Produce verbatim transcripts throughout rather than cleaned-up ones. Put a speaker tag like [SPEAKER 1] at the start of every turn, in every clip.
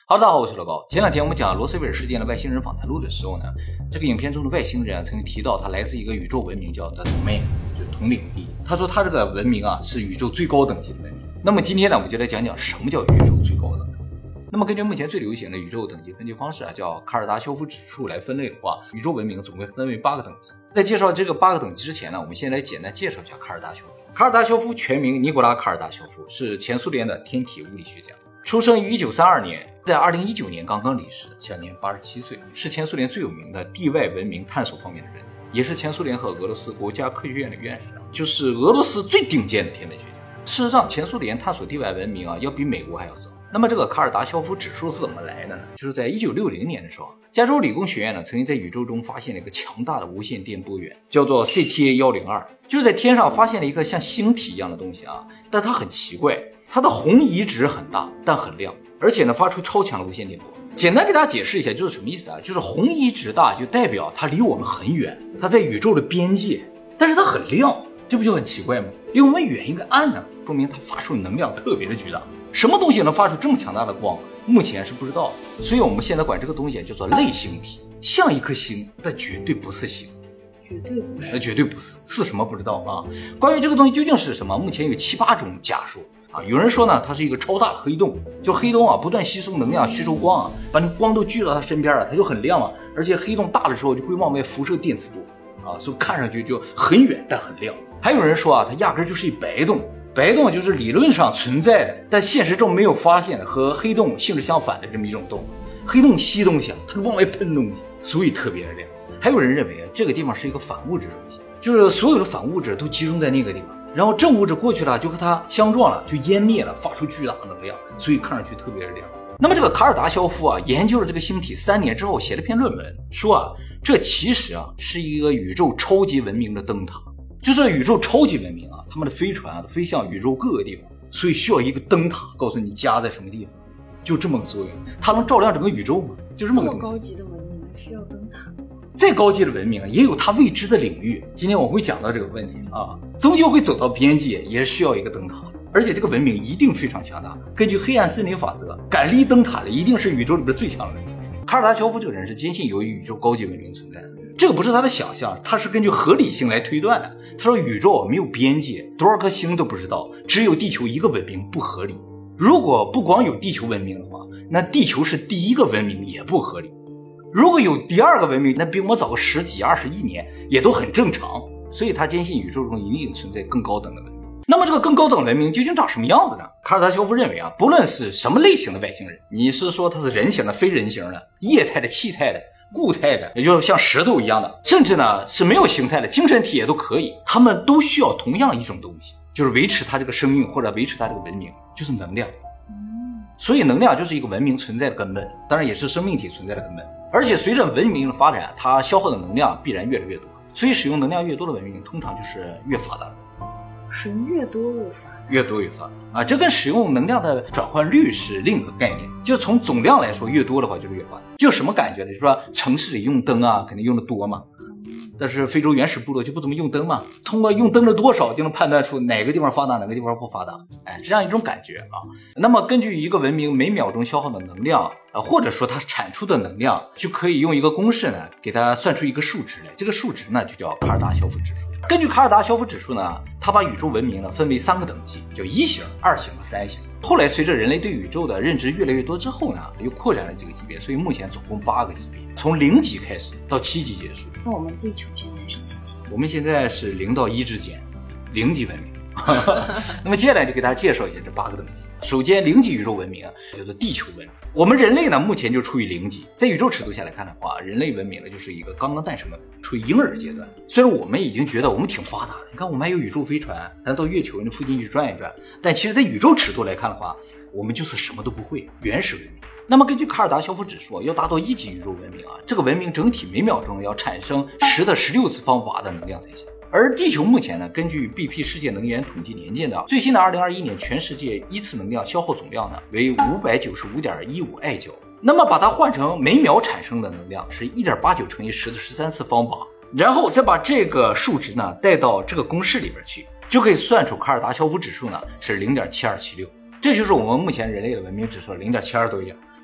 [SPEAKER 1] 哈喽，大家好，我是老高。前两天我们讲罗斯威尔事件的外星人访谈录的时候呢，这个影片中的外星人啊，曾经提到他来自一个宇宙文明叫 The Domain， 就是同领地。他说他这个文明啊是宇宙最高等级的文明。那么今天呢，我们就来讲讲什么叫宇宙最高等级。那么根据目前最流行的宇宙等级分级方式啊，叫卡尔达肖夫指数来分类的话，宇宙文明总共分为八个等级。在介绍这个八个等级之前呢，我们先来简单介绍一下卡尔达肖夫。卡尔达肖夫全名尼古拉·卡尔达肖夫，是前苏联的天体物理学家，出生于一九三二年，在二零一九年刚刚离世，享年八十七岁，是前苏联最有名的地外文明探索方面的人，也是前苏联和俄罗斯国家科学院的院士，就是俄罗斯最顶尖的天文学家。事实上，前苏联探索地外文明啊，要比美国还要早。那么这个卡尔达肖夫指数是怎么来的呢？就是在一九六零年的时候，加州理工学院呢曾经在宇宙中发现了一个强大的无线电波源，叫做 C T A 一零二， 就是在天上发现了一个像星体一样的东西啊，但它很奇怪，它的红移值很大，但很亮，而且呢发出超强的无线电波。简单给大家解释一下，就是什么意思啊？就是红移值大就代表它离我们很远，它在宇宙的边界，但是它很亮，这不就很奇怪吗？离我们远应该暗呢，说明它发出的能量特别的巨大。什么东西能发出这么强大的光？目前是不知道，所以我们现在管这个东西叫做类星体，像一颗星，但绝对不是星，
[SPEAKER 2] 绝对不是，
[SPEAKER 1] 绝对不是，是什么不知道啊？关于这个东西究竟是什么，目前有七八种假说啊。有人说呢，它是一个超大的黑洞，就黑洞啊不断吸收能量、吸收光啊，把那光都聚到它身边了，它就很亮啊。而且黑洞大的时候就会往外辐射电磁波啊，所以看上去就很远但很亮。还有人说啊，它压根就是一白洞。白洞就是理论上存在的，但现实中没有发现的，和黑洞性质相反的这么一种洞。黑洞吸东西啊，它往外喷东西，所以特别的亮。还有人认为啊，这个地方是一个反物质中心，就是所有的反物质都集中在那个地方，然后正物质过去了就和它相撞了，就湮灭了，发出巨大的能量，所以看上去特别的亮。那么这个卡尔达肖夫啊，研究了这个星体三年之后，写了篇论文，说啊，这其实啊是一个宇宙超级文明的灯塔。就是宇宙超级文明啊，他们的飞船啊都飞向宇宙各个地方，所以需要一个灯塔告诉你家在什么地方，就这么个作用。它能照亮整个宇宙吗？就这么个东西。
[SPEAKER 2] 这么高级的文明需要灯塔？
[SPEAKER 1] 再高级的文明也有它未知的领域。今天我会讲到这个问题啊，终究会走到边界，也是需要一个灯塔的。而且这个文明一定非常强大。根据黑暗森林法则，敢立灯塔的一定是宇宙里边最强的文明。卡尔达肖夫这个人是坚信有宇宙高级文明存在的。这个不是他的想象，他是根据合理性来推断的。他说宇宙没有边界，多少颗星都不知道，只有地球一个文明不合理。如果不光有地球文明的话，那地球是第一个文明也不合理。如果有第二个文明，那比我们早个十几二十亿年也都很正常。所以他坚信宇宙中一定存在更高等的文明。那么这个更高等文明究竟长什么样子呢？卡尔达肖夫认为啊，不论是什么类型的外星人，你是说他是人形的、非人形的、液态的、气态的、固态的，也就是像石头一样的，甚至呢是没有形态的精神体也都可以，他们都需要同样一种东西，就是维持他这个生命或者维持他这个文明，就是能量。所以能量就是一个文明存在的根本，当然也是生命体存在的根本。而且随着文明的发展，它消耗的能量必然越来越多，所以使用能量越多的文明通常就是越发达。
[SPEAKER 2] 使用越多越发达，
[SPEAKER 1] 越多越发达啊！这跟使用能量的转换率是另一个概念。就从总量来说，越多的话就是越发达。就什么感觉呢？就是说城市里用灯啊，肯定用的多嘛。但是非洲原始部落就不怎么用灯嘛，通过用灯的多少就能判断出哪个地方发达，哪个地方不发达。哎，这样一种感觉啊。那么根据一个文明每秒钟消耗的能量啊，或者说它产出的能量，就可以用一个公式呢，给它算出一个数值来。这个数值呢，就叫卡尔达肖夫指数。根据卡尔达肖夫指数呢，它把宇宙文明呢分为三个等级，叫一型、二型和三型。后来随着人类对宇宙的认知越来越多之后呢，又扩展了几个级别，所以目前总共八个级别，从零级开始到七级结束。
[SPEAKER 2] 那我们地球现在是几级？
[SPEAKER 1] 我们现在是零到一之间，零级文明。那么接下来就给大家介绍一下这八个等级。首先零级宇宙文明啊，叫做地球文明。我们人类呢目前就处于零级，在宇宙尺度下来看的话，人类文明呢就是一个刚刚诞生的，处于婴儿阶段。虽然我们已经觉得我们挺发达的，你看我们还有宇宙飞船，还能到月球那附近去转一转，但其实在宇宙尺度来看的话，我们就是什么都不会，原始文明。那么根据卡尔达肖夫指数，要达到一级宇宙文明啊，这个文明整体每秒钟要产生十的十六次方瓦的能量才行。而地球目前呢，根据 B P 世界能源统计年鉴的最新的二零二一年全世界一次能量消耗总量呢为五百九十五点一五艾焦，那么把它换成每秒产生的能量是 一点八九乘以十的十三次方瓦，然后再把这个数值呢带到这个公式里边去，就可以算出卡尔达肖夫指数呢是 零点七二七六，这就是我们目前人类的文明指数 零点七二多一点。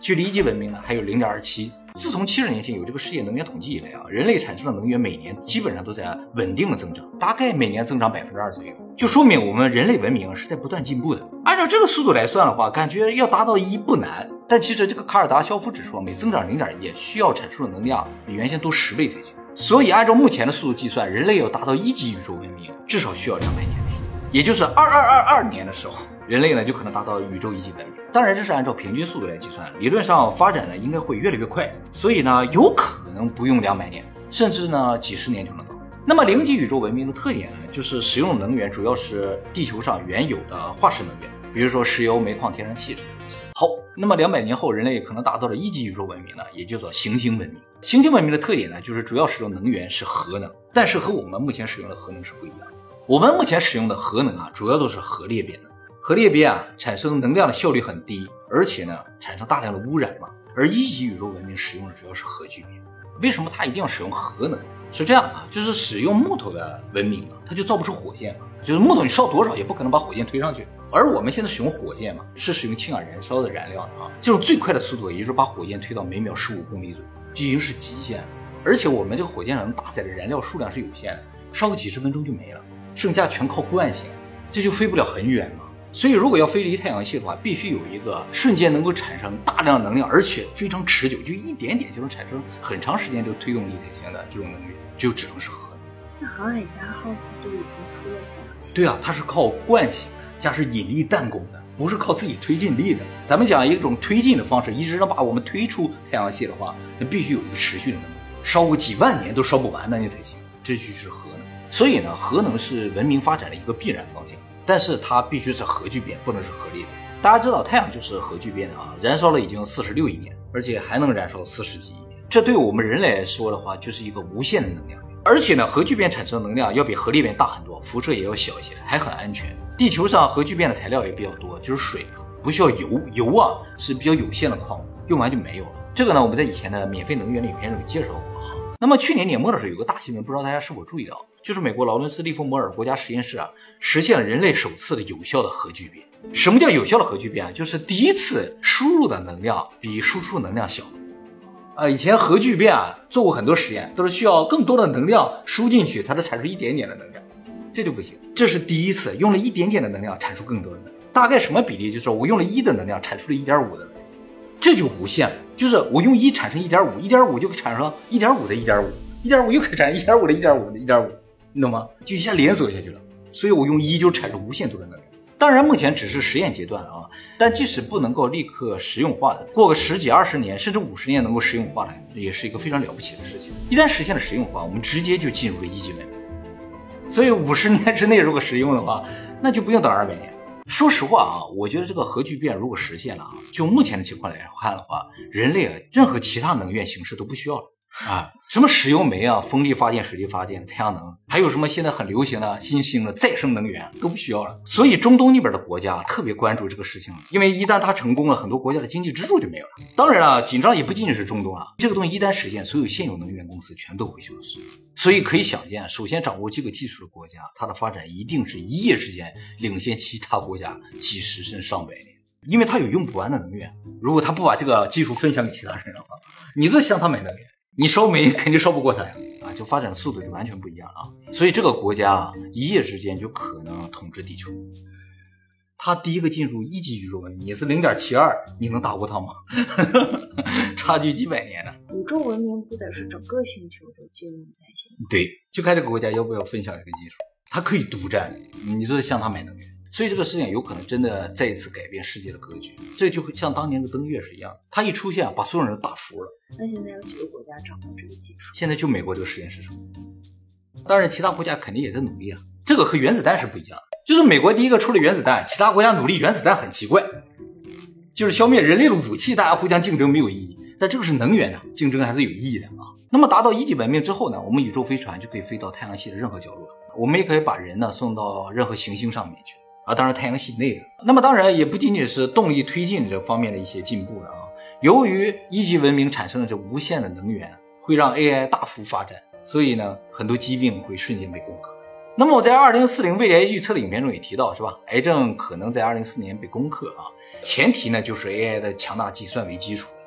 [SPEAKER 1] 距离一级文明呢还有 零点二七。自从七十年前有这个世界能源统计以来啊，人类产生的能源每年基本上都在稳定的增长，大概每年增长百分之二左右，就说明我们人类文明是在不断进步的。按照这个速度来算的话，感觉要达到一不难，但其实这个卡尔达肖夫指数每增长 零点一，需要产出的能量比原先多十倍才行。所以按照目前的速度计算，人类要达到一级宇宙文明，至少需要两百年，也就是二二二二年的时候，人类呢就可能达到宇宙一级文明。当然这是按照平均速度来计算，理论上发展呢应该会越来越快，所以呢有可能不用两百年，甚至呢几十年就能到。那么零级宇宙文明的特点呢，就是使用能源主要是地球上原有的化石能源，比如说石油、煤矿、天然气这些东西。好，那么两百年后人类可能达到了一级宇宙文明呢，也叫做行星文明。行星文明的特点呢，就是主要使用能源是核能，但是和我们目前使用的核能是不一样的。我们目前使用的核能啊，主要都是核裂变能。核裂变啊，产生能量的效率很低，而且呢，产生大量的污染嘛。而一级宇宙文明使用的主要是核聚变。为什么它一定要使用核能？是这样啊，就是使用木头的文明啊，它就造不出火箭嘛。就是木头你烧多少也不可能把火箭推上去。而我们现在使用火箭嘛，是使用氢氧燃烧的燃料的啊。这种最快的速度，也就是把火箭推到每秒十五公里左右，这已经是极限了。而且我们这个火箭上能搭载的燃料数量是有限的，烧个几十分钟就没了，剩下全靠惯性，这就飞不了很远嘛。所以如果要飞离太阳系的话，必须有一个瞬间能够产生大量的能量，而且非常持久，就一点点就能产生很长时间这个推动力才行的这种能源，就只能是核能。
[SPEAKER 2] 那航海家号不都已经出了太阳系？
[SPEAKER 1] 对啊，它是靠惯性加上引力弹弓的，不是靠自己推进力的。咱们讲一种推进的方式，一直能把我们推出太阳系的话，那必须有一个持续的能量，烧过几万年都烧不完的那才行，这就是核能。所以呢，核能是文明发展的一个必然方向。但是它必须是核聚变，不能是核裂变。大家知道太阳就是核聚变的啊，燃烧了已经四十六亿年，而且还能燃烧四十几亿年。这对我们人类来说的话，就是一个无限的能量。而且呢，核聚变产生的能量要比核裂变大很多，辐射也要小一些，还很安全。地球上核聚变的材料也比较多，就是水，不需要油。油啊是比较有限的矿物，用完就没有了。这个呢，我们在以前的免费能源里影片中有介绍过啊。那么去年年末的时候有个大新闻，不知道大家是否注意到，就是美国劳伦斯利弗摩尔国家实验室啊，实现了人类首次的有效的核聚变。什么叫有效的核聚变啊？就是第一次输入的能量比输出能量小。啊，以前核聚变啊做过很多实验，都是需要更多的能量输进去，它才产出一点点的能量，这就不行。这是第一次用了一点点的能量产出更多的能量，大概什么比例？就是我用了一的能量产出了 一点五 的能量，这就无限了。就是我用一产生 一点五， 一点五 就可以产生 一点五 的 一点五， 一点五 又可以产生 一点五 的 一点五 的 一点五， 你懂吗？就一下连锁下去了。所以我用一就产生无限多的能量。当然目前只是实验阶段了啊，但即使不能够立刻实用化的，过个十几二十年甚至五十年能够实用化的，也是一个非常了不起的事情。一旦实现了实用化，我们直接就进入了一级文明。所以五十年之内如果实用的话，那就不用等二百年。说实话啊，我觉得这个核聚变如果实现了啊，就目前的情况来看的话，人类啊任何其他能源形式都不需要了啊，什么石油煤啊、风力发电、水力发电、太阳能，还有什么现在很流行的新兴的再生能源都不需要了。所以中东那边的国家特别关注这个事情，因为一旦它成功了，很多国家的经济支柱就没有了。当然了，紧张也不仅仅是中东啊，这个东西一旦实现，所有现有能源公司全都会消失。所以可以想见，首先掌握这个技术的国家，它的发展一定是一夜之间领先其他国家几十甚上百年，因为它有用不完的能源。如果它不把这个技术分享给其他人的话，你这向他买能源，你烧煤肯定烧不过它呀，啊，就发展的速度就完全不一样啊。所以这个国家啊，一夜之间就可能统治地球。它第一个进入一级宇宙文明，你是 零点七二， 你能打过它吗？差距几百年呢。
[SPEAKER 2] 宇宙文明不得是整个星球都进入才行？
[SPEAKER 1] 对，就看这个国家要不要分享这个技术，它可以独占，你说向它买能源。所以这个事情有可能真的再一次改变世界的格局，这就像当年的登月是一样的，它一出现把所有人都打服了。
[SPEAKER 2] 那现在有几个国家掌握这个技术？
[SPEAKER 1] 现在就美国这个实验室上，当然其他国家肯定也在努力啊。这个和原子弹是不一样的，就是美国第一个出了原子弹，其他国家努力原子弹很奇怪，就是消灭人类的武器，大家互相竞争没有意义，但这个是能源的竞争还是有意义的啊。那么达到一级文明之后呢，我们宇宙飞船就可以飞到太阳系的任何角落，我们也可以把人呢送到任何行星上面去啊，当然太阳系内的。那么当然也不仅仅是动力推进这方面的一些进步了啊，由于一级文明产生了这无限的能源，会让 A I 大幅发展，所以呢很多疾病会瞬间被攻克。那么我在二零四零未来预测的影片中也提到，是吧，癌症可能在二零四零年被攻克啊，前提呢就是 A I 的强大计算为基础，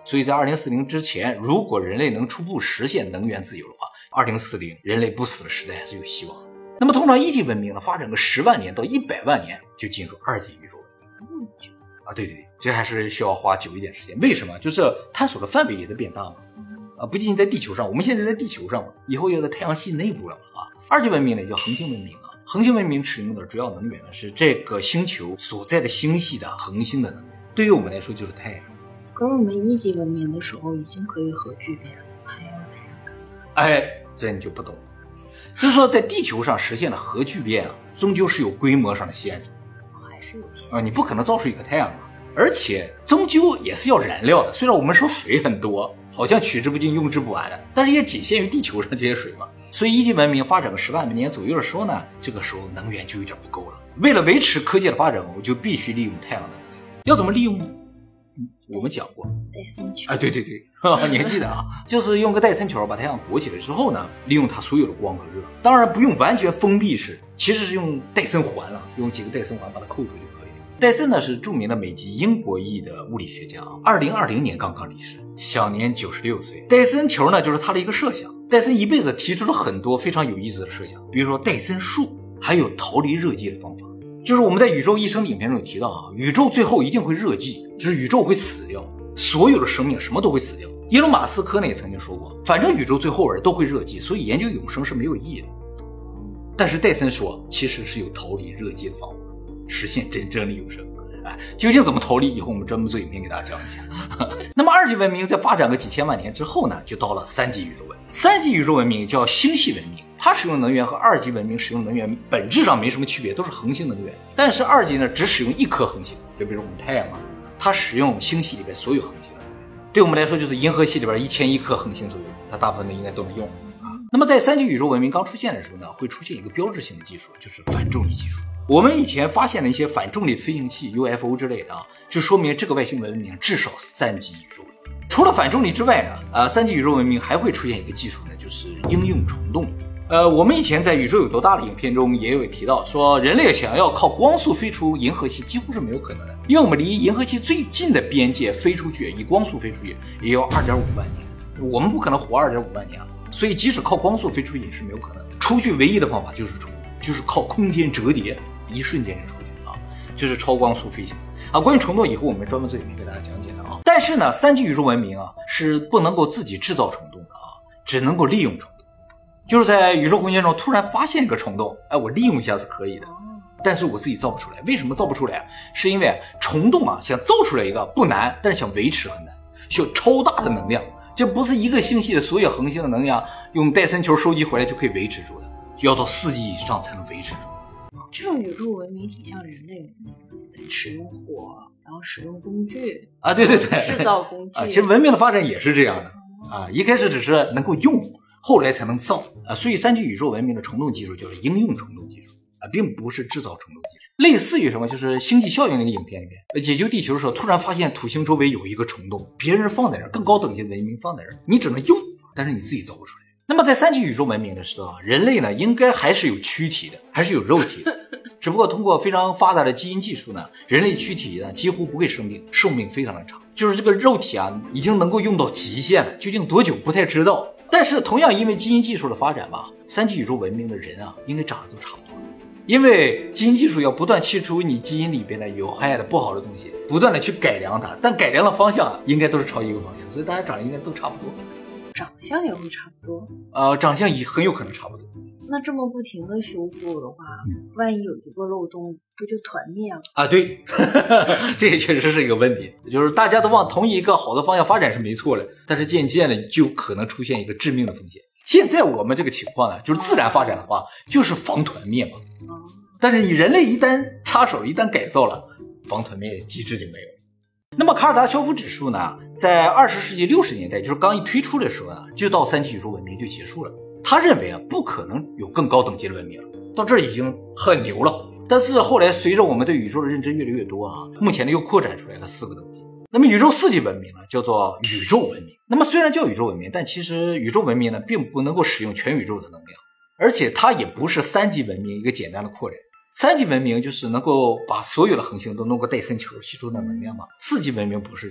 [SPEAKER 1] 所以在二零四零之前，如果人类能初步实现能源自由的话，二零四零人类不死的时代还是有希望的。那么通常一级文明呢，发展个十万年到一百万年就进入二级宇宙文明。啊，对对对，这还是需要花久一点时间。为什么？就是探索的范围也在变大嘛。啊，不仅仅在地球上，我们现在在地球上嘛，以后要在太阳系内部了啊。二级文明呢叫恒星文明啊，恒星文明使用的主要能源呢是这个星球所在的星系的恒星的能源，对于我们来说就是太阳。
[SPEAKER 2] 可是我们一级文明的时候已经可以核聚变了，还要太阳干嘛？
[SPEAKER 1] 哎，这你就不懂了。就是说在地球上实现的核聚变啊，终究是有规模上的限制。
[SPEAKER 2] 还是有限
[SPEAKER 1] 啊，你不可能造出一个太阳嘛，而且终究也是要燃料的。虽然我们说水很多，好像取之不尽用之不完的，但是也仅限于地球上这些水嘛。所以一级文明发展个十万年左右的时候呢，这个时候能源就有点不够了。为了维持科技的发展，我就必须利用太阳能量。要怎么利用呢？嗯，我们讲过
[SPEAKER 2] 戴森球。
[SPEAKER 1] 哎，对对对，你还记得啊？就是用个戴森球把太阳裹起来之后呢，利用它所有的光和热。当然不用完全封闭式，其实是用戴森环了，用几个戴森环把它扣住就可以了。戴森呢是著名的美籍英国裔的物理学家，二零二零年刚刚离世，享年九十六岁。戴森球呢就是他的一个设想。戴森一辈子提出了很多非常有意思的设想，比如说戴森树，还有逃离热寂的方法。就是我们在宇宙一生的影片中有提到啊，宇宙最后一定会热寂，就是宇宙会死掉，所有的生命什么都会死掉。伊隆马斯克呢也曾经说过，反正宇宙最后人都会热寂，所以研究永生是没有意义的。但是戴森说，其实是有逃离热寂的方法，实现真正的永生。哎，究竟怎么逃离？以后我们专门做影片给大家讲一下。那么二级文明在发展个几千万年之后呢，就到了三级宇宙文明。三级宇宙文明叫星系文明，它使用能源和二级文明使用能源本质上没什么区别，都是恒星能源。但是二级呢，只使用一颗恒星，就比如我们太阳啊，它使用星系里边所有恒星的能源。对我们来说，就是银河系里边一千亿颗恒星左右，它大部分的应该都能用。那么在三级宇宙文明刚出现的时候呢，会出现一个标志性的技术，就是反重力技术。我们以前发现了一些反重力的飞行器 U F O 之类的啊，就说明这个外星文明至少三级宇宙文明。除了反重力之外呢，呃，三级宇宙文明还会出现一个技术呢，就是应用虫洞。呃，我们以前在宇宙有多大的影片中也有提到，说人类想要靠光速飞出银河系几乎是没有可能的，因为我们离银河系最近的边界飞出去，以光速飞出去也要 二点五万年，我们不可能活 二点五万年啊，所以即使靠光速飞出去也是没有可能。出去唯一的方法就是虫，就是靠空间折叠，一瞬间就出去啊，就是超光速飞行啊。关于虫洞以后我们专门做影片给大家讲解的啊。但是呢，三级宇宙文明啊是不能够自己制造虫洞的啊，只能够利用虫洞。就是在宇宙空间中突然发现一个虫洞，哎，我利用一下是可以的，但是我自己造不出来。为什么造不出来？是因为虫洞啊，想造出来一个不难，但是想维持很难，需要超大的能量。这不是一个星系的所有恒星的能量用戴森球收集回来就可以维持住的，要到四级以上才能维持住。
[SPEAKER 2] 这种宇宙文明挺像人类文明，使用火，然后使用工具
[SPEAKER 1] 啊，对对对，
[SPEAKER 2] 制造工具
[SPEAKER 1] 啊。其实文明的发展也是这样的啊，一开始只是能够用，后来才能造啊。所以三级宇宙文明的虫洞技术叫做应用虫洞技术啊，并不是制造虫洞技术。类似于什么，就是星际效应那个影片里面，解救地球的时候，突然发现土星周围有一个虫洞，别人放在那儿，更高等级的文明放在那儿，你只能用，但是你自己造不出来。那么在三级宇宙文明的时候啊，人类呢应该还是有躯体的，还是有肉体的，只不过通过非常发达的基因技术呢，人类躯体呢几乎不会生病，寿命非常的长，就是这个肉体啊已经能够用到极限了，究竟多久不太知道。但是同样因为基因技术的发展吧，三级宇宙文明的人啊应该长得都差不多，因为基因技术要不断切除你基因里边的有害的不好的东西，不断的去改良它，但改良的方向应该都是朝一个方向，所以大家长得应该都差不多。
[SPEAKER 2] 长相也会差不多，
[SPEAKER 1] 呃，长相也很有可能差不多。
[SPEAKER 2] 那这么不停的修复的话，嗯、万一有一个漏洞，不就团灭了
[SPEAKER 1] 啊？对，这也确实是一个问题，就是大家都往同一个好的方向发展是没错的，但是渐渐的就可能出现一个致命的风险。现在我们这个情况呢，就是自然发展的话，就是防团灭嘛。嗯、但是你人类一旦插手，一旦改造了，防团灭机制就没有。那么卡尔达肖夫指数呢，在二十世纪六十年代，就是刚一推出的时候呢，就到三级宇宙文明就结束了。他认为啊，不可能有更高等级的文明了，到这儿已经很牛了。但是后来随着我们对宇宙的认知越来越多啊，目前呢又扩展出来了四个等级。那么宇宙四级文明呢，叫做宇宙文明。那么虽然叫宇宙文明，但其实宇宙文明呢，并不能够使用全宇宙的能量，而且它也不是三级文明一个简单的扩展。三级文明就是能够把所有的恒星都弄个戴森球吸收的能量嘛，四级文明不是这样。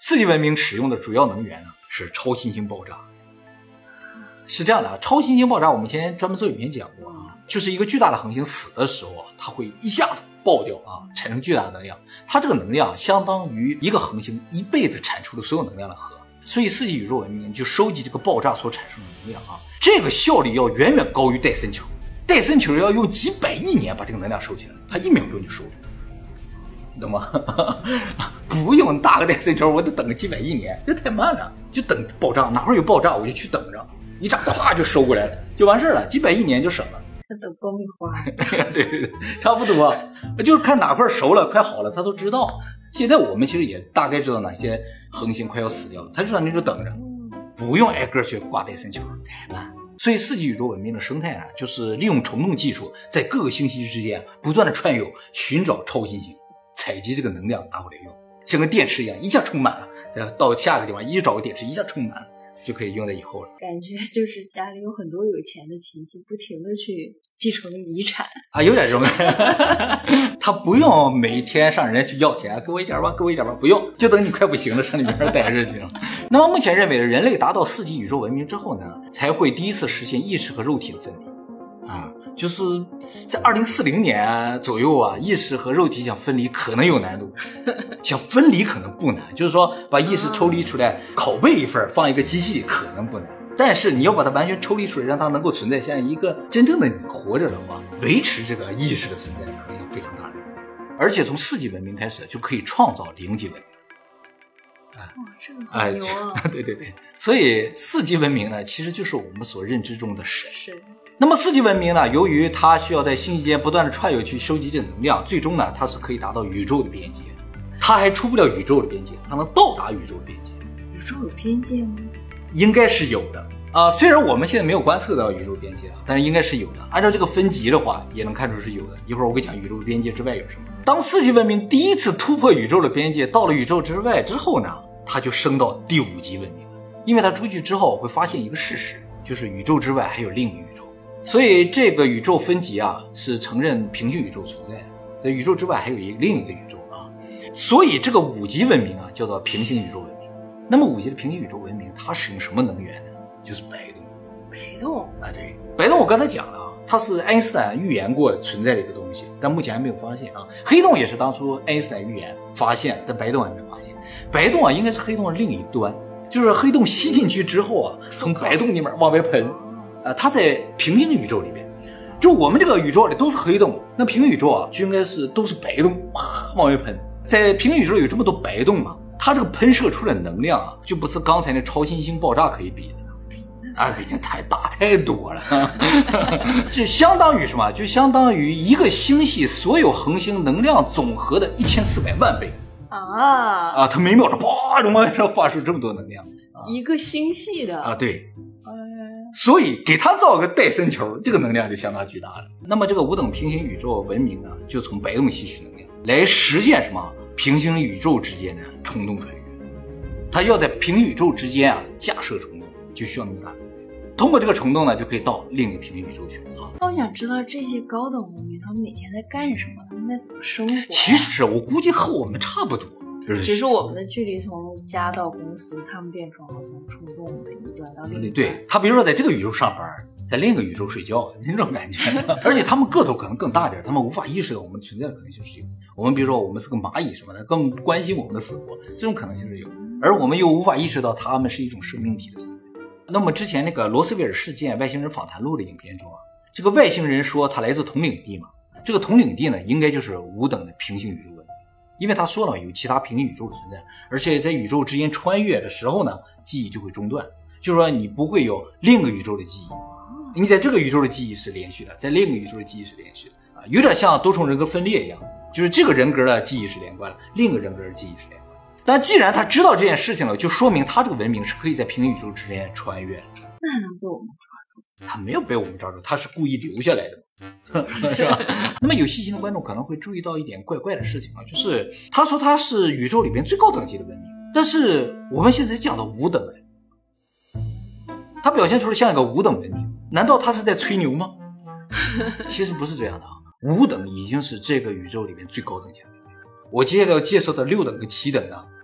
[SPEAKER 1] 四级文明使用的主要能源呢是超新星爆炸。是这样的啊，超新星爆炸我们以前专门做影片讲过啊，就是一个巨大的恒星死的时候啊，它会一下子爆掉啊，产生巨大的能量。它这个能量相当于一个恒星一辈子产出的所有能量的和，所以四级宇宙文明就收集这个爆炸所产生的能量啊，这个效率要远远高于戴森球。戴森球要用几百亿年把这个能量收起来，它一秒钟就收了，懂吗？不用大个戴森球，我得等个几百亿年，这太慢了。就等爆炸，哪会有爆炸我就去等着，一炸咵就收过来了，就完事了，几百亿年就省了。
[SPEAKER 2] 等爆米花。
[SPEAKER 1] 对对对，差不多，就是看哪块熟了快好了他都知道。现在我们其实也大概知道哪些恒星快要死掉了，他就让你就等着，不用挨个去挂戴森球，太慢。所以四级宇宙文明的生态呢，就是利用虫洞技术在各个星系之间不断的串游，寻找超新星，采集这个能量拿回来用，像个电池一样一下充满了，到下个地方一找个电池一下充满了，就可以用在以后了。
[SPEAKER 2] 感觉就是家里有很多有钱的亲戚不停的去继承遗产
[SPEAKER 1] 啊，有点这种他不用每天上人家去要钱，给我一点吧给我一点吧，不用，就等你快不行了上你边待着去了。那么目前认为的人类达到四级宇宙文明之后呢，才会第一次实现意识和肉体的分离啊，就是在二零四零年左右啊，意识和肉体想分离可能有难度，想分离可能不难，就是说把意识抽离出来拷贝一份放一个机器里可能不难，但是你要把它完全抽离出来，让它能够存在像一个真正的你活着的话，维持这个意识的存在可能有非常大的难度。而且从四级文明开始就可以创造零级文明。
[SPEAKER 2] 哇，这个好牛啊！
[SPEAKER 1] 哎、对对对，所以四级文明呢，其实就是我们所认知中的神。
[SPEAKER 2] 是。
[SPEAKER 1] 那么四级文明呢，由于它需要在星系间不断的串游去收集这能量，最终呢，它是可以达到宇宙的边界。它还出不了宇宙的边界，它能到达宇宙的边界。
[SPEAKER 2] 宇宙有边界吗？
[SPEAKER 1] 应该是有的啊、呃，虽然我们现在没有观测到宇宙边界啊，但是应该是有的。按照这个分级的话，也能看出是有的。一会儿我会讲宇宙的边界之外有什么。当四级文明第一次突破宇宙的边界，到了宇宙之外之后呢，它就升到第五级文明了。因为它出去之后会发现一个事实，就是宇宙之外还有另一个宇宙。所以这个宇宙分级啊，是承认平行宇宙存在的，在宇宙之外还有一个另一个宇宙啊。所以这个五级文明啊，叫做平行宇宙文明。那么五级的平行宇宙文明，它使用什么能源呢？就是白洞。
[SPEAKER 2] 白洞
[SPEAKER 1] 啊，对，白洞我刚才讲了啊，它是爱因斯坦预言过存在的一个东西，但目前还没有发现啊。黑洞也是当初爱因斯坦预言发现，但白洞还没有发现。白洞啊，应该是黑洞的另一端，就是黑洞吸进去之后啊，从白洞里面往外喷。啊，它在平行宇宙里面，就我们这个宇宙里都是黑洞，那平行宇宙啊，就应该是都是白洞，哇，往外喷。在平行宇宙有这么多白洞嘛，它这个喷射出的能量啊，就不是刚才那超新星爆炸可以比的。啊，毕竟太大太多了，就相当于什么？就相当于一个星系所有恒星能量总和的一千四百万倍
[SPEAKER 2] 啊！
[SPEAKER 1] 啊，它每秒钟啪往外上发射这么多能量，
[SPEAKER 2] 啊、一个星系的
[SPEAKER 1] 啊，对，所以给它造个戴森球，这个能量就相当巨大了。那么这个五等平行宇宙文明呢，就从白洞吸取能量，来实现什么？平行宇宙之间的虫洞穿越，它要在平行宇宙之间啊架设虫洞，就需要那么大的。通过这个虫洞呢，就可以到另一个平行宇宙去了啊。
[SPEAKER 2] 那我想知道这些高等文明他们每天在干什么，他们在怎么生活、啊？
[SPEAKER 1] 其实我估计和我们差不多，
[SPEAKER 2] 只是我们的距离从家到公司，他们变成了从虫洞的一端到另一端。
[SPEAKER 1] 对，他比如说在这个宇宙上班，在另一个宇宙睡觉，那种感觉。而且他们个头可能更大点，他们无法意识到我们存在的可能性是有。我们比如说我们是个蚂蚁什么的，更关心我们的死活，这种可能性是有，而我们又无法意识到他们是一种生命体的存在。那么之前那个罗斯威尔事件外星人访谈录的影片中啊，这个外星人说他来自同领地嘛，这个同领地呢应该就是五等的平行宇宙文明，因为他说了有其他平行宇宙的存在，而且在宇宙之间穿越的时候呢，记忆就会中断，就是说你不会有另一个宇宙的记忆，你在这个宇宙的记忆是连续的，在另一个宇宙的记忆是连续的啊，有点像多重人格分裂一样，就是这个人格的记忆是连贯了，另一个人格的记忆是连贯。但既然他知道这件事情了，就说明他这个文明是可以在平行宇宙之间穿越的。
[SPEAKER 2] 那还能被我们抓住？
[SPEAKER 1] 他没有被我们抓住，他是故意留下来的，是吧？那么有细心的观众可能会注意到一点怪怪的事情啊，就是他说他是宇宙里边最高等级的文明，但是我们现在讲的五等人，他表现出了像一个五等文明，难道他是在吹牛吗？其实不是这样的啊，五等已经是这个宇宙里面最高等级的文明。我接下来要介绍的六等和七等呢，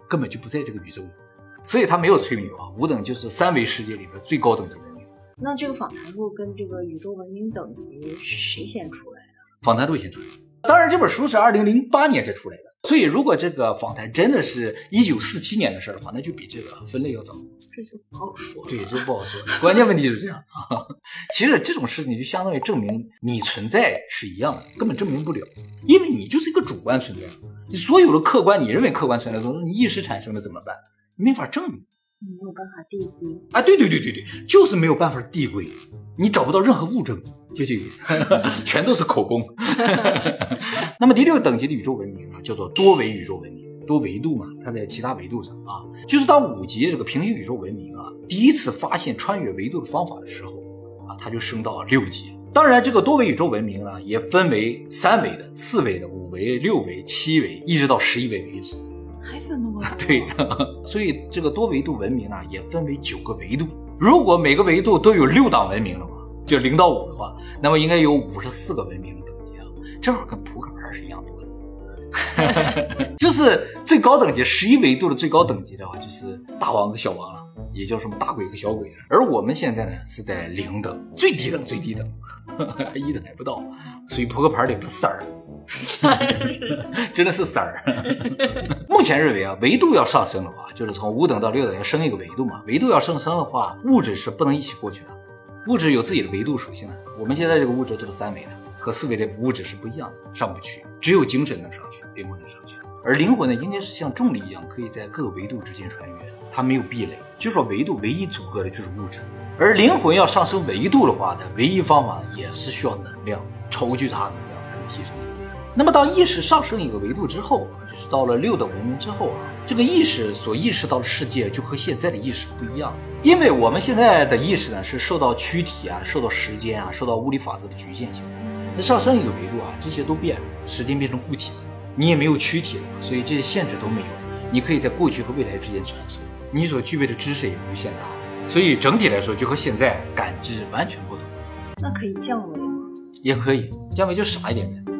[SPEAKER 1] 根本就不在这个宇宙里，所以它没有催眠化。五等就是三维世界里边最高等级文明。
[SPEAKER 2] 那这个访谈录跟这个宇宙文明等级是谁先出来的？
[SPEAKER 1] 访谈录先出来，当然这本书是二零零八年才出来的，所以如果这个访谈真的是一九四七年的事的话，那就比这个分类要早。
[SPEAKER 2] 这就不好说。
[SPEAKER 1] 对，这不好说。关键问题就是这样。其实这种事情就相当于证明你存在是一样的，根本证明不了，因为你就是一个主观存在。你所有的客观，你认为客观存在的东西，你意识产生的怎么办？你没法证明。
[SPEAKER 2] 你没有办法递归
[SPEAKER 1] 啊！对对对对对，就是没有办法递归，你找不到任何物证，就这个意思，全都是口供。那么第六个等级的宇宙文明啊，叫做多维宇宙文明，多维度嘛，它在其他维度上啊，就是当五级这个平行宇宙文明啊，第一次发现穿越维度的方法的时候啊，它就升到六级。当然，这个多维宇宙文明呢，也分为三维的、四维的、五维、六维、七维，一直到十一维为止。
[SPEAKER 2] 还分那么多？
[SPEAKER 1] 对，所以这个多维度文明呢，也分为九个维度。如果每个维度都有六档文明的话，就零到五的话，那么应该有五十四个文明等级啊，正好跟扑克牌是一样多的。就是最高等级十一维度的最高等级的话，就是大王和小王了，也叫什么大鬼和小鬼了。而我们现在呢是在零等，最低等最低等，一等还不到，所以扑克牌里的色儿。
[SPEAKER 2] 三儿
[SPEAKER 1] 真的是三儿。目前认为啊，维度要上升的话，就是从五等到六等要升一个维度嘛。维度要上升的话，物质是不能一起过去的，物质有自己的维度属性的。我们现在这个物质都是三维的，和四维的物质是不一样的，上不去。只有精神能上去，灵魂能上去。而灵魂呢，应该是像重力一样，可以在各个维度之间穿越，它没有壁垒。就说维度唯一阻隔的就是物质，而灵魂要上升维度的话呢，唯一方法也是需要能量，超巨大能量才能提升。那么当意识上升一个维度之后，就是到了六等文明之后啊，这个意识所意识到的世界就和现在的意识不一样，因为我们现在的意识呢是受到躯体啊、受到时间啊、受到物理法则的局限性。那上升一个维度啊，这些都变了，时间变成固体了，你也没有躯体了，所以这些限制都没有，你可以在过去和未来之间穿梭，你所具备的知识也无限大，所以整体来说就和现在感知完全不同。
[SPEAKER 2] 那可以降维吗？
[SPEAKER 1] 也可以，降维就傻一点呗。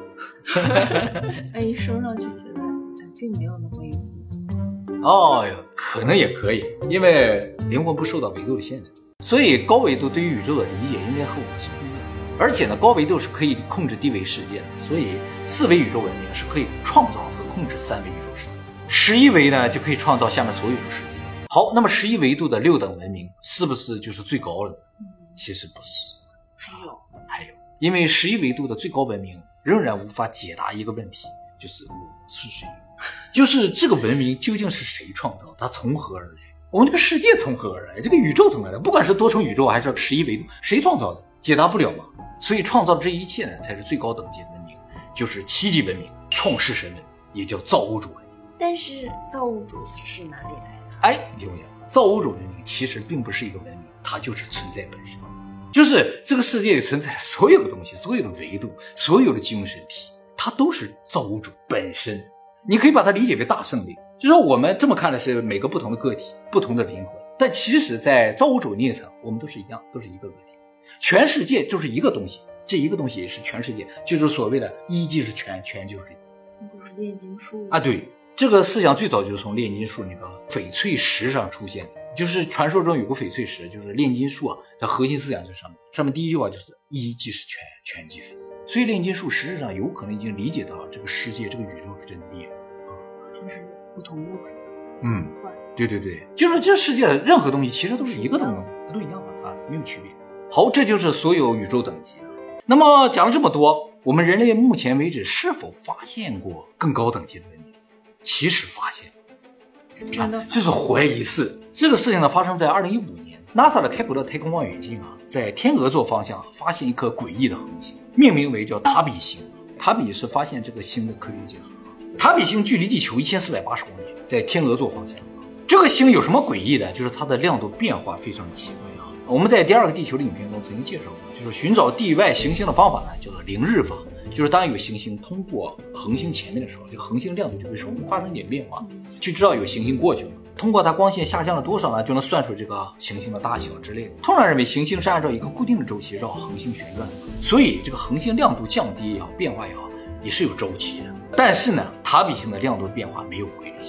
[SPEAKER 2] 哎，说上去觉得并没有那么有意思。
[SPEAKER 1] 哦哟，可能也可以，因为灵魂不受到维度的限制，所以高维度对于宇宙的理解应该和我们是不一样的。而且呢，高维度是可以控制低维世界的，所以四维宇宙文明是可以创造和控制三维宇宙世界，十一维呢就可以创造下面所有的世界。好，那么十一维度的六等文明是不是就是最高了呢？其实不是，
[SPEAKER 2] 还有
[SPEAKER 1] 还有，因为十一维度的最高文明仍然无法解答一个问题，就是我是谁，就是这个文明究竟是谁创造，它从何而来？我们这个世界从何而来？这个宇宙从何而来？不管是多重宇宙还是十一维度，谁创造的？解答不了嘛。所以创造的这一切呢，才是最高等级的文明，就是七级文明，创世神文，也叫造物主文明。
[SPEAKER 2] 但是造物主是哪里来的？
[SPEAKER 1] 哎，你听我讲，造物主文明其实并不是一个文明，它就是存在本身。就是这个世界里存在所有的东西，所有的维度，所有的精神体，它都是造物主本身。你可以把它理解为大圣灵，就是说我们这么看的是每个不同的个体，不同的灵魂，但其实在造物主那一层，我们都是一样，都是一个个体。全世界就是一个东西，这一个东西也是全世界，就是所谓的一即是全，全就是一。
[SPEAKER 2] 不是炼金术
[SPEAKER 1] 啊？对，这个思想最早就是从炼金术那个翡翠石上出现的。就是传说中有个翡翠石，就是炼金术啊，它核心思想在上面。上面第一句话就是一即是全，全即是一。所以炼金术实质上有可能已经理解到这个世界、这个宇宙的真谛。
[SPEAKER 2] 就是不同物质的
[SPEAKER 1] 嗯，对对对，就是这世界的任何东西其实都是一个东西，它都一样的啊，没有区别。好，这就是所有宇宙等级了。那么讲了这么多，我们人类目前为止是否发现过更高等级的文明？其实发现了，
[SPEAKER 2] 真的，
[SPEAKER 1] 这是怀疑式。这个事情呢，发生在二零一五年 ，NASA 的开普勒太空望远镜啊，在天鹅座方向发现一颗诡异的恒星，命名为叫塔比星。塔比是发现这个星的科学家。塔比星距离地球一千四百八十公里，在天鹅座方向。这个星有什么诡异的？就是它的亮度变化非常奇怪啊。我们在第二个地球的影片中曾经介绍过，就是寻找地外行星的方法呢，叫做凌日法。就是当有行星通过恒星前面的时候，这个恒星亮度就会稍微发生一点变化，就知道有行星过去了。通过它光线下降了多少呢，就能算出这个行星的大小之类的。通常认为行星是按照一个固定的周期绕恒星旋转的，所以这个恒星亮度降低也好，变化也好，也是有周期的。但是呢，塔比星的亮度变化没有规律性，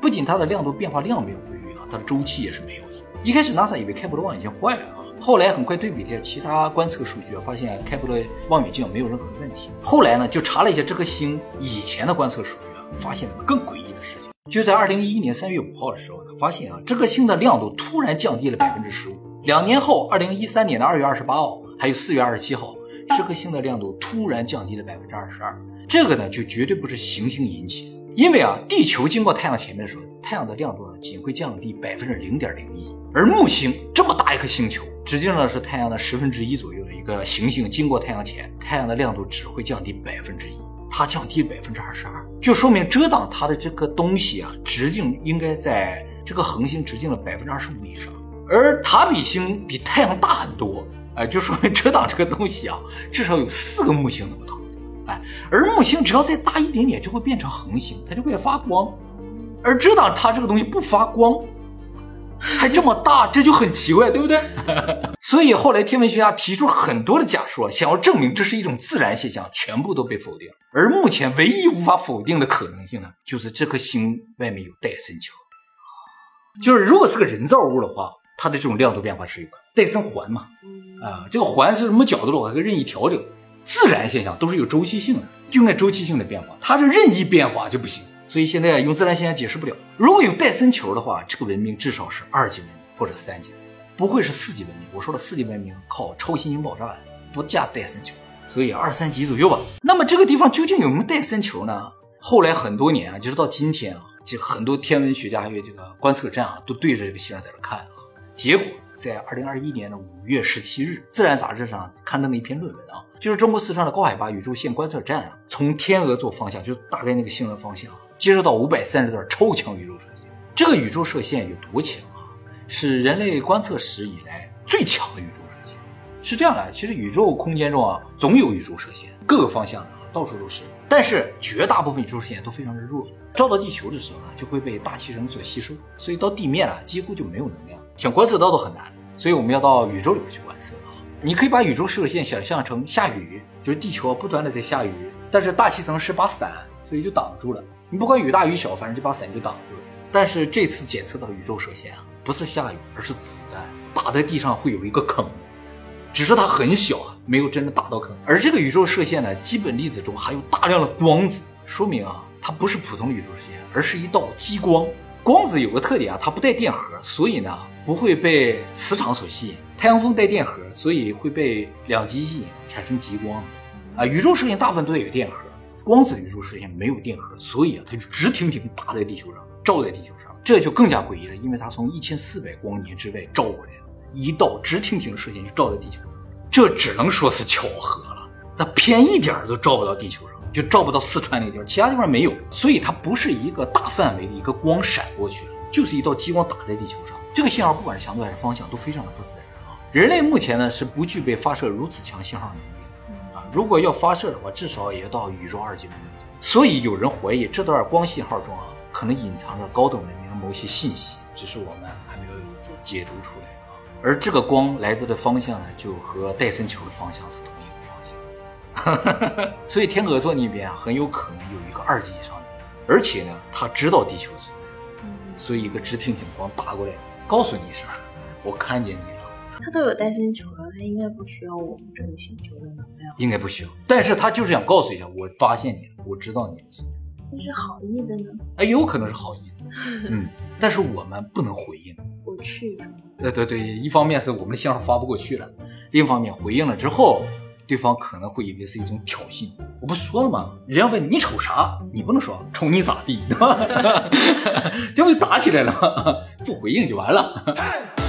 [SPEAKER 1] 不仅它的亮度变化量没有规律啊，它的周期也是没有的。一开始 NASA 以为开普勒望远镜坏了啊，后来很快对比了其他观测数据，发现开普勒望远镜没有任何的问题。后来呢，就查了一下这颗星以前的观测数据啊，发现了更诡异的事情。就在二零一一年三月五号的时候，他发现啊，这颗星的亮度突然降低了 百分之十五。两年后，二零一三年的二月二十八号，还有四月二十七号，这颗星的亮度突然降低了 百分之二十二。这个呢，就绝对不是行星引起的。因为啊，地球经过太阳前面的时候，太阳的亮度呢仅会降低 百分之零点零一， 而木星这么大一颗星球，实际上是太阳的十分之一左右的一个行星，经过太阳前，太阳的亮度只会降低 百分之一， 它降低 百分之二十二， 就说明遮挡它的这个东西啊，直径应该在这个恒星直径的 百分之二十五 以上，而塔比星比太阳大很多，哎，就说明遮挡这个东西啊，至少有四个木星那么大。哎，而木星只要再大一点点就会变成恒星，它就会发光，而遮挡它这个东西不发光，还这么大，这就很奇怪，对不对？所以后来天文学家提出很多的假说，想要证明这是一种自然现象，全部都被否定。而目前唯一无法否定的可能性呢，就是这颗星外面有戴森球。就是如果是个人造物的话，它的这种亮度变化是有个戴森环嘛，啊，这个环是什么角度的话可以任意调整。自然现象都是有周期性的，就应该周期性的变化，它是任意变化就不行。所以现在用自然现象解释不了。如果有戴森球的话，这个文明至少是二级文明或者三级文明，不会是四级文明。我说的四级文明靠超新星爆炸不加戴森球，所以二三级左右吧。那么这个地方究竟有没有戴森球呢？后来很多年啊，直到今天啊，就很多天文学家还有这个观测站啊，都对着这个星在这看啊。结果在二零二一年的五月十七日，自然杂志上刊登了一篇论文啊，就是中国四川的高海拔宇宙线观测站啊，从天鹅座方向，就是大概那个星的方向，接收到五百三十段超强宇宙射线。这个宇宙射线有多强啊？是人类观测史以来最强的宇宙射线。是这样的，其实宇宙空间中啊，总有宇宙射线，各个方向啊，到处都是。但是绝大部分宇宙射线都非常的弱，照到地球的时候呢，就会被大气层所吸收，所以到地面啊，几乎就没有能量，想观测到都很难。所以我们要到宇宙里面去观测啊。你可以把宇宙射线想象成下雨，就是地球不断的在下雨，但是大气层是把伞，所以就挡住了。你不管雨大雨小，反正这把伞就挡住了。但是这次检测到的宇宙射线啊，不是下雨，而是子弹打在地上会有一个坑，只是它很小啊，没有真的打到坑。而这个宇宙射线呢，基本粒子中含有大量的光子，说明啊，它不是普通的宇宙射线，而是一道激光。光子有个特点啊，它不带电荷，所以呢不会被磁场所吸引。太阳风带电荷，所以会被两极吸引，产生极光。啊，宇宙射线大部分都带有电荷，光子宇宙射线没有电荷，所以啊，它就直挺挺打在地球上，照在地球上，这就更加诡异了，因为它从一千四百光年之外照过来了，一道直挺挺的射线就照在地球上，这只能说是巧合了。那偏一点都照不到地球上，就照不到四川那个地方，其他地方没有，所以它不是一个大范围的一个光闪过去了，就是一道激光打在地球上。这个信号不管是强度还是方向都非常的不自然啊！人类目前呢是不具备发射如此强信号能力啊，如果要发射的话，至少也要到宇宙二级文明。所以有人怀疑这段光信号中啊，可能隐藏着高等文明的某些信息，只是我们还没有解读出来啊。而这个光来自的方向呢，就和戴森球的方向是同一个方向。所以天鹅座那边啊，很有可能有一个二级以上的，而且呢，它知道地球存在，所以一个直挺挺的光打过来，告诉你一声，我看见你了。
[SPEAKER 2] 它都有戴森球了，它应该不需要我们这个星球的能量，
[SPEAKER 1] 应该不需要。但是他就是想告诉一下，我发现你了，我知道你的存在。
[SPEAKER 2] 那是好意的呢？
[SPEAKER 1] 哎，有可能是好意的，嗯，但是我们不能回应。
[SPEAKER 2] 过去是吗？
[SPEAKER 1] 对对对，一方面是我们的信号发不过去了，另一方面回应了之后，对方可能会以为是一种挑衅。我不说了吗？人家问你瞅啥，你不能说瞅你咋地，对吧？这不就打起来了吗？不回应就完了。